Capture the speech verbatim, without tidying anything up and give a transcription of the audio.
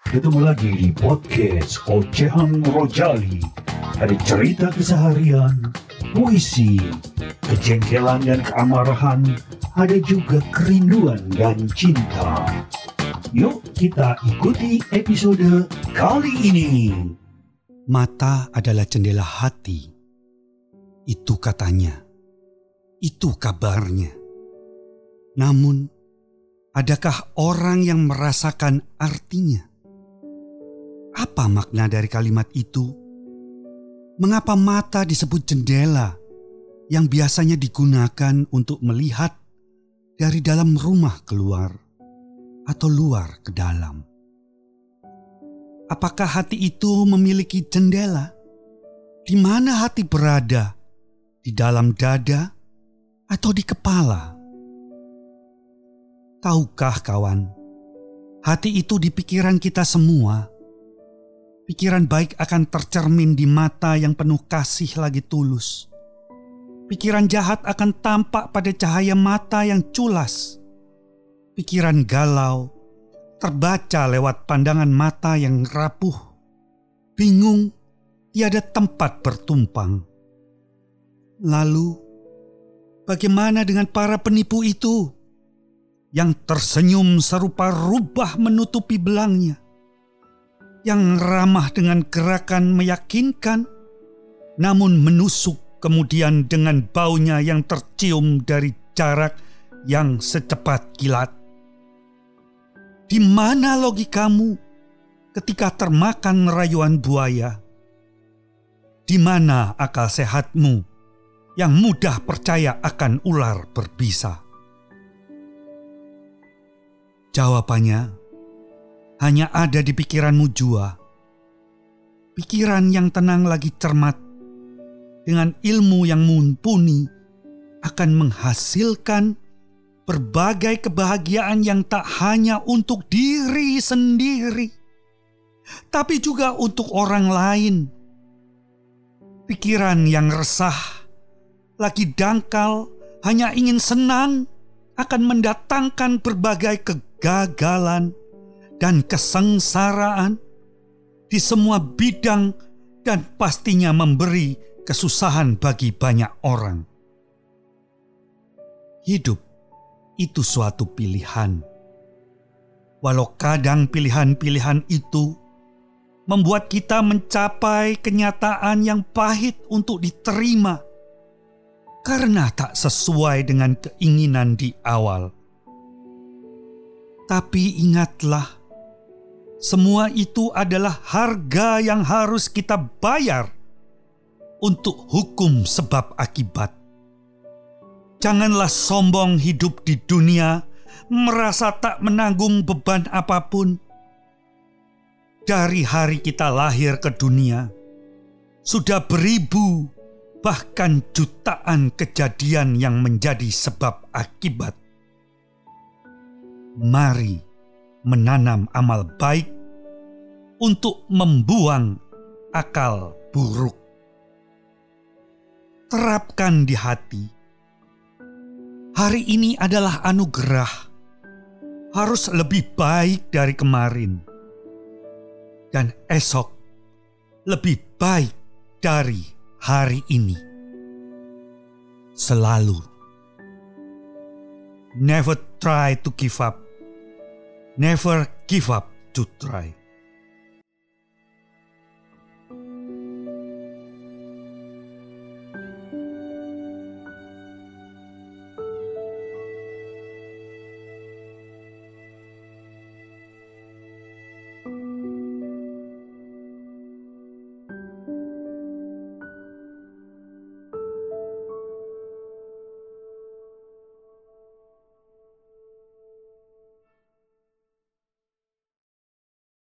Ketemu lagi di podcast Ocehan Rojali. Ada cerita keseharian, puisi, kejengkelan dan keamarahan, ada juga kerinduan dan cinta. Yuk kita ikuti episode kali ini. Mata adalah jendela hati. Itu katanya. Itu kabarnya. Namun, adakah orang yang merasakan artinya? Apa makna dari kalimat itu? Mengapa mata disebut jendela yang biasanya digunakan untuk melihat dari dalam rumah keluar atau luar ke dalam? Apakah hati itu memiliki jendela? Di mana hati berada? Di dalam dada atau di kepala? Tahukah kawan, hati itu di pikiran kita semua. Pikiran baik akan tercermin di mata yang penuh kasih lagi tulus. Pikiran jahat akan tampak pada cahaya mata yang culas. Pikiran galau terbaca lewat pandangan mata yang rapuh. Bingung, tiada tempat bertumpang. Lalu, bagaimana dengan para penipu itu yang tersenyum serupa rubah menutupi belangnya? Yang ramah dengan gerakan meyakinkan, namun menusuk kemudian dengan baunya yang tercium dari jarak yang secepat kilat. Di mana logikamu ketika termakan rayuan buaya? Di mana akal sehatmu yang mudah percaya akan ular berbisa? Jawabannya hanya ada di pikiranmu jua. Pikiran yang tenang lagi cermat, dengan ilmu yang mumpuni, akan menghasilkan berbagai kebahagiaan yang tak hanya untuk diri sendiri, tapi juga untuk orang lain. Pikiran yang resah, lagi dangkal, hanya ingin senang, akan mendatangkan berbagai kegagalan dan kesengsaraan di semua bidang dan pastinya memberi kesusahan bagi banyak orang. Hidup itu suatu pilihan. Walau kadang pilihan-pilihan itu membuat kita mencapai kenyataan yang pahit untuk diterima karena tak sesuai dengan keinginan di awal. Tapi ingatlah, semua itu adalah harga yang harus kita bayar untuk hukum sebab akibat. Janganlah sombong hidup di dunia, merasa tak menanggung beban apapun. Dari hari kita lahir ke dunia, sudah beribu bahkan jutaan kejadian yang menjadi sebab akibat. Mari menanam amal baik untuk membuang akal buruk. Terapkan di hati. Hari ini adalah anugerah. Harus lebih baik dari kemarin. Dan esok lebih baik dari hari ini. Selalu. Never try to give up. Never give up to try.